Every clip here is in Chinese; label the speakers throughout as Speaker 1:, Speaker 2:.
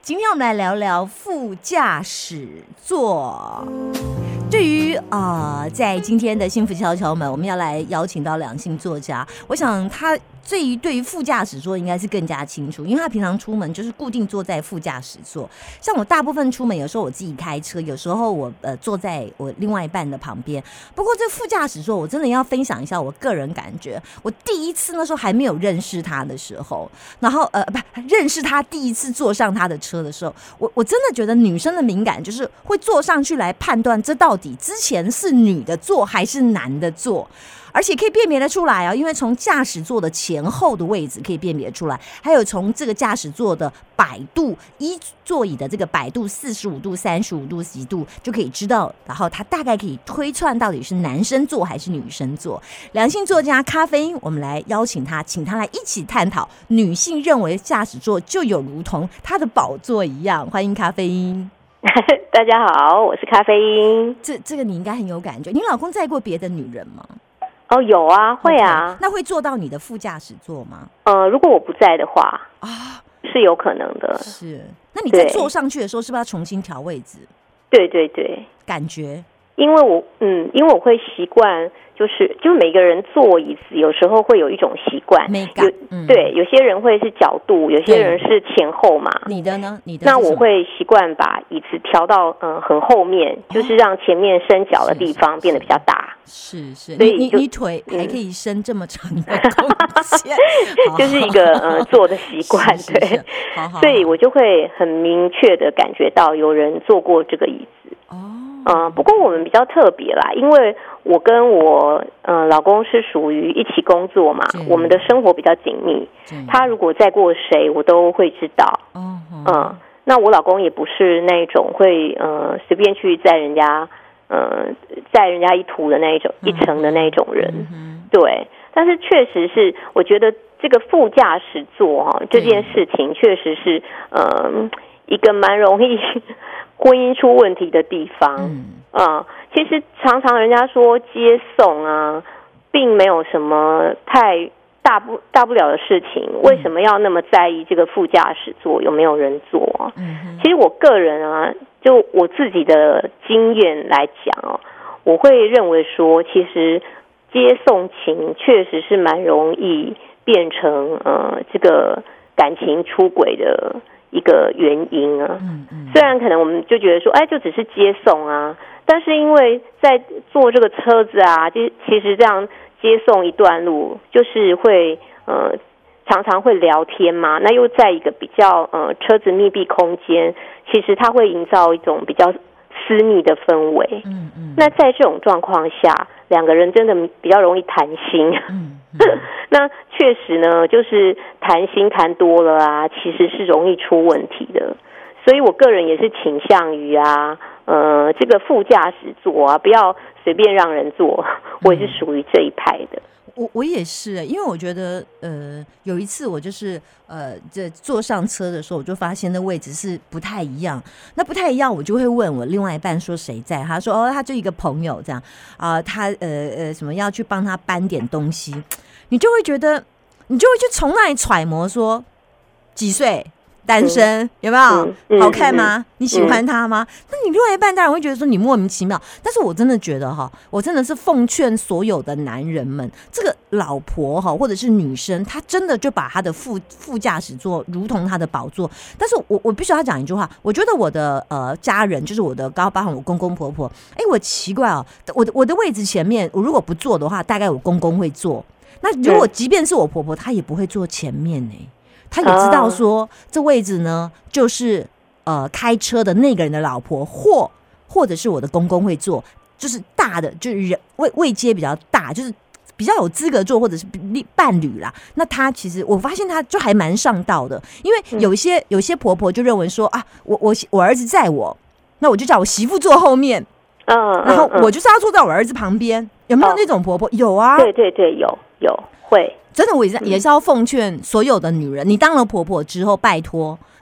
Speaker 1: 今天我们来聊聊副驾驶座。对于在今天的幸福敲敲门，我们要来邀请到两性作家。我想他对于副驾驶座应该是更加清楚，因为他平常出门就是固定坐在副驾驶座。像我大部分出门，有时候我自己开车，有时候我坐在我另外一半的旁边。不过这副驾驶座，我真的要分享一下我个人感觉。我第一次那时候还没有认识他的时候，然后认识他第一次坐上他的车的时候，我真的觉得女生的敏感就是会坐上去来判断这到底之前是女的坐还是男的坐。而且可以辨别得出来因为从驾驶座的前后的位置可以辨别出来，还有从这个驾驶座的摆度，依座椅的这个摆度45度、35度、几度就可以知道，然后他大概可以推算到底是男生座还是女生座。两性作家咖啡因，我们来邀请他，请他来一起探讨女性认为驾驶座就有如同他的宝座一样。欢迎咖啡因。
Speaker 2: 大家好，我是咖啡因。
Speaker 1: 这个你应该很有感觉。你老公载过别的女人吗？
Speaker 2: 有啊，会啊。
Speaker 1: Okay, 那会坐到你的副驾驶座吗？
Speaker 2: 如果我不在的话是有可能的。
Speaker 1: 是，那你在坐上去的时候是不是要重新调位置？
Speaker 2: 对对对，
Speaker 1: 感觉。
Speaker 2: 因为我会习惯，就是每个人坐椅子有时候会有一种习惯，对，有些人会是角度，有些人是前后嘛。
Speaker 1: 你的呢？
Speaker 2: 那我会习惯把椅子调到很后面，就是让前面伸脚的地方变得比较大。
Speaker 1: 是，
Speaker 2: 所以
Speaker 1: 你腿还可以伸这么长的空间，
Speaker 2: 就是一个坐的习惯，对。
Speaker 1: 好，
Speaker 2: 所以我就会很明确的感觉到有人坐过这个椅子。不过我们比较特别啦，因为我跟我老公是属于一起工作嘛，我们的生活比较紧密。他如果载过谁，我都会知道。那我老公也不是那种会随便去载人家一途的那一种一程的那种人。对，但是确实是，我觉得这个副驾驶座这件事情确实是一个蛮容易婚姻出问题的地方。其实常常人家说接送并没有什么太大不了的事情，为什么要那么在意这个副驾驶座有没有人坐？其实我个人就我自己的经验来讲我会认为说，其实接送情确实是蛮容易变成这个感情出轨的一个原因虽然可能我们就觉得说就只是接送但是因为在坐这个车子其实这样接送一段路就是会常常会聊天嘛，那又在一个比较车子密闭空间，其实它会营造一种比较私密的氛围。那在这种状况下，两个人真的比较容易谈心。那确实呢，就是谈心谈多了其实是容易出问题的。所以我个人也是倾向于这个副驾驶座不要随便让人坐，我也是属于这一派的。
Speaker 1: 我也是，因为我觉得有一次我就是这坐上车的时候，我就发现那位置是不太一样。那不太一样，我就会问我另外一半说谁在，他说他就一个朋友这样他什么要去帮他搬点东西，你就会觉得你就会去从那里揣摩说几岁。单身有没有好看吗？你喜欢他吗？那你另外一半当然会觉得说你莫名其妙。但是我真的觉得我真的是奉劝所有的男人们，这个老婆或者是女生，她真的就把她的副驾驶座如同她的宝座。但是我必须要讲一句话，我觉得我的家人，就是我的包含我公公婆婆，我奇怪我的位置前面，我如果不坐的话，大概我公公会坐。那如果即便是我婆婆，她也不会坐前面他也知道说这位置呢，就是开车的那个人的老婆，或者是我的公公会坐，就是大的，就是人位阶比较大，就是比较有资格坐，或者是伴侣啦。那他其实我发现他就还蛮上道的，因为有些婆婆就认为说我儿子载我，那我就叫我媳妇坐后面，然后我就是要坐在我儿子旁边。有没有那种婆婆？有啊，
Speaker 2: 对对对，有会。
Speaker 1: 真的，我也是要奉劝所有的女人，你当了婆婆之后，拜托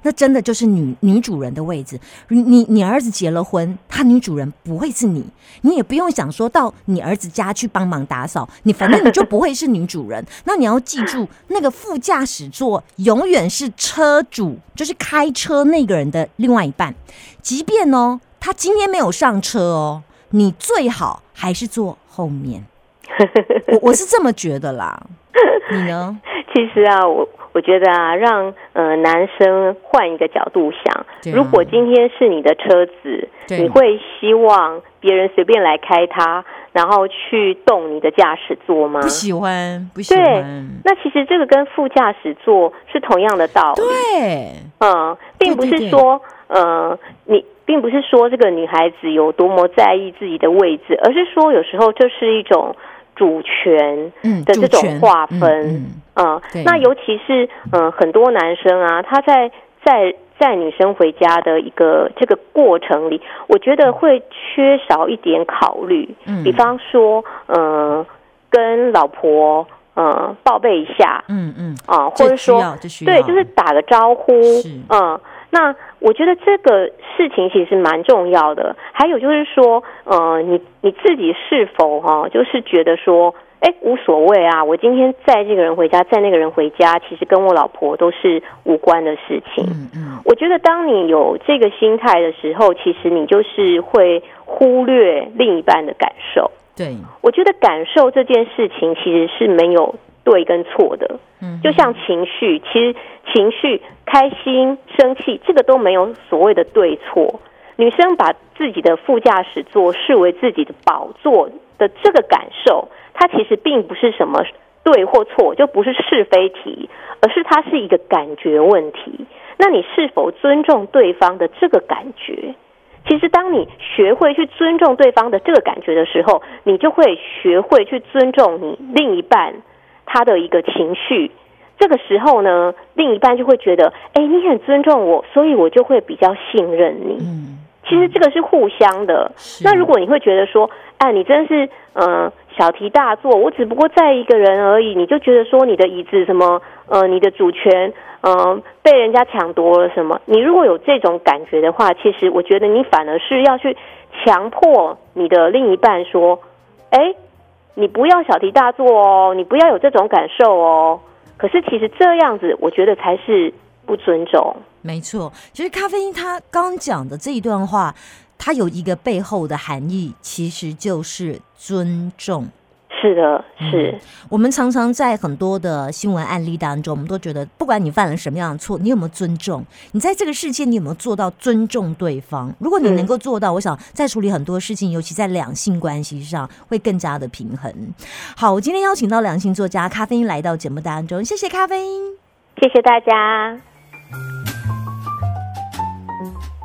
Speaker 1: 那真的就是女主人的位置。你儿子结了婚，他女主人不会是你，你也不用想说到你儿子家去帮忙打扫，反正你就不会是女主人。那你要记住，那个副驾驶座永远是车主，就是开车那个人的另外一半。即便他今天没有上车你最好还是坐后面。我是这么觉得啦，你呢？
Speaker 2: 其实啊，我觉得啊，让男生换一个角度想，如果今天是你的车子，你会希望别人随便来开它，然后去动你的驾驶座吗？
Speaker 1: 不喜欢。
Speaker 2: 对，那其实这个跟副驾驶座是同样的道理。
Speaker 1: 对，
Speaker 2: 并不是说你并不是说这个女孩子有多么在意自己的位置，而是说有时候这是一种主权的这种划分。那尤其是很多男生啊，他在女生回家的这个过程里，我觉得会缺少一点考虑。比方说跟老婆报备一下，或者说对，就是打个招呼。那我觉得这个事情其实蛮重要的。还有就是说，你自己是否就是觉得说，无所谓啊，我今天载这个人回家，载那个人回家，其实跟我老婆都是无关的事情。我觉得当你有这个心态的时候，其实你就是会忽略另一半的感受。
Speaker 1: 对，
Speaker 2: 我觉得感受这件事情其实是没有对跟错的。就像情绪，其实情绪开心、生气，这个都没有所谓的对错。女生把自己的副驾驶座视为自己的宝座的这个感受，它其实并不是什么对或错，就不是是非题，而是它是一个感觉问题。那你是否尊重对方的这个感觉？其实当你学会去尊重对方的这个感觉的时候，你就会学会去尊重你另一半他的一个情绪。这个时候呢，另一半就会觉得你很尊重我，所以我就会比较信任你。其实这个是互相的。那如果你会觉得说你真是小题大做，我只不过载一个人而已，你就觉得说你的椅子什么你的主权被人家抢夺了什么，你如果有这种感觉的话，其实我觉得你反而是要去强迫你的另一半说你不要小题大做你不要有这种感受可是其实这样子我觉得才是不尊重。
Speaker 1: 没错，其实咖啡因他刚讲的这一段话，它有一个背后的含义，其实就是尊重。
Speaker 2: 是的，是
Speaker 1: 我们常常在很多的新闻案例当中，我们都觉得不管你犯了什么样的错，你有没有尊重，你在这个世界你有没有做到尊重对方。如果你能够做到，我想在处理很多事情，尤其在两性关系上会更加的平衡。好，我今天邀请到两性作家咖啡因来到节目当中，谢谢咖啡因，
Speaker 2: 谢谢大家。